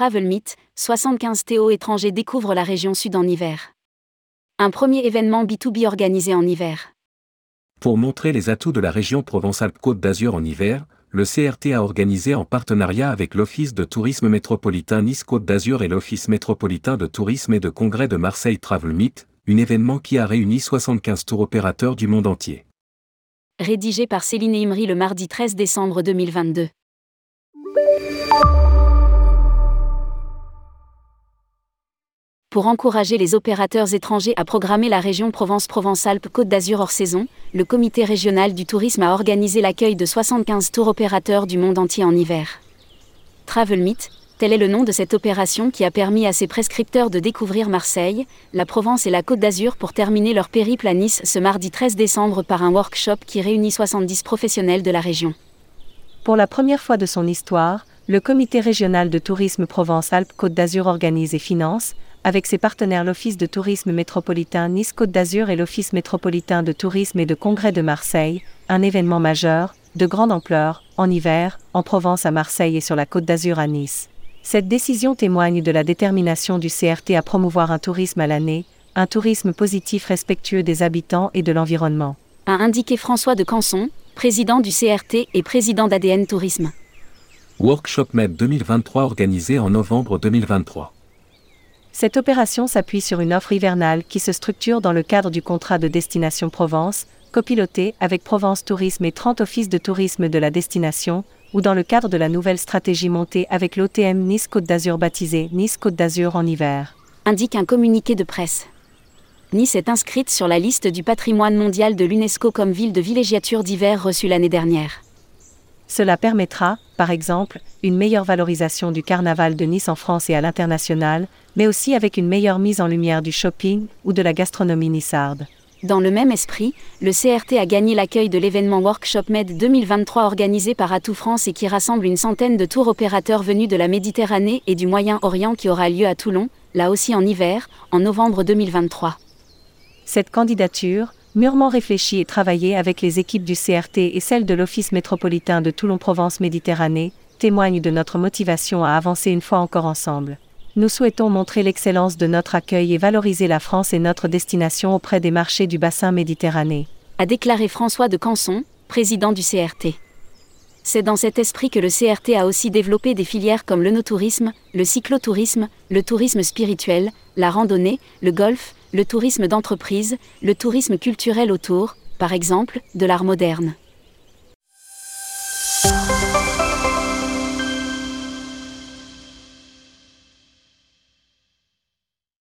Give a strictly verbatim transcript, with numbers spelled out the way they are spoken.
Travel Meet, soixante-quinze T O étrangers découvrent la région sud en hiver. Un premier événement B deux B organisé en hiver. Pour montrer les atouts de la région Provence-Alpes-Côte d'Azur en hiver, le C R T a organisé en partenariat avec l'Office de tourisme métropolitain Nice-Côte d'Azur et l'Office métropolitain de tourisme et de congrès de Marseille Travel Meet, un événement qui a réuni soixante-quinze tours opérateurs du monde entier. Rédigé par Céline Imri le mardi treize décembre deux mille vingt-deux. Pour encourager les opérateurs étrangers à programmer la région Provence-Provence-Alpes-Côte d'Azur hors saison, le Comité régional du tourisme a organisé l'accueil de soixante-quinze tours opérateurs du monde entier en hiver. Travel Meet, tel est le nom de cette opération qui a permis à ses prescripteurs de découvrir Marseille, la Provence et la Côte d'Azur pour terminer leur périple à Nice ce mardi treize décembre par un workshop qui réunit soixante-dix professionnels de la région. Pour la première fois de son histoire, le Comité régional de tourisme Provence-Alpes-Côte d'Azur organise et finance, avec ses partenaires l'Office de tourisme métropolitain Nice-Côte d'Azur et l'Office métropolitain de tourisme et de congrès de Marseille, un événement majeur, de grande ampleur, en hiver, en Provence à Marseille et sur la Côte d'Azur à Nice. Cette décision témoigne de la détermination du C R T à promouvoir un tourisme à l'année, un tourisme positif respectueux des habitants et de l'environnement. A indiqué François de Canson, président du C R T et président d'A D N Tourisme. Workshop M E D deux mille vingt-trois organisé en novembre deux mille vingt-trois. Cette opération s'appuie sur une offre hivernale qui se structure dans le cadre du contrat de destination Provence, copiloté avec Provence Tourisme et trente offices de tourisme de la destination, ou dans le cadre de la nouvelle stratégie montée avec l'O T M Nice-Côte d'Azur baptisée Nice-Côte d'Azur en hiver. Indique un communiqué de presse. Nice est inscrite sur la liste du patrimoine mondial de l'UNESCO comme ville de villégiature d'hiver reçue l'année dernière. Cela permettra, par exemple, une meilleure valorisation du carnaval de Nice en France et à l'international, mais aussi avec une meilleure mise en lumière du shopping ou de la gastronomie niçarde. Dans le même esprit, le C R T a gagné l'accueil de l'événement Workshop M E D deux mille vingt-trois organisé par Atout France et qui rassemble une centaine de tours opérateurs venus de la Méditerranée et du Moyen-Orient qui aura lieu à Toulon, là aussi en hiver, en novembre deux mille vingt-trois. Cette candidature, mûrement réfléchie et travaillée avec les équipes du C R T et celles de l'Office métropolitain de Toulon-Provence-Méditerranée, témoigne de notre motivation à avancer une fois encore ensemble. Nous souhaitons montrer l'excellence de notre accueil et valoriser la France et notre destination auprès des marchés du bassin méditerranéen, a déclaré François de Canson, président du C R T. C'est dans cet esprit que le C R T a aussi développé des filières comme le no-tourisme, le cyclotourisme, le tourisme spirituel, la randonnée, le golf, le tourisme d'entreprise, le tourisme culturel autour, par exemple, de l'art moderne.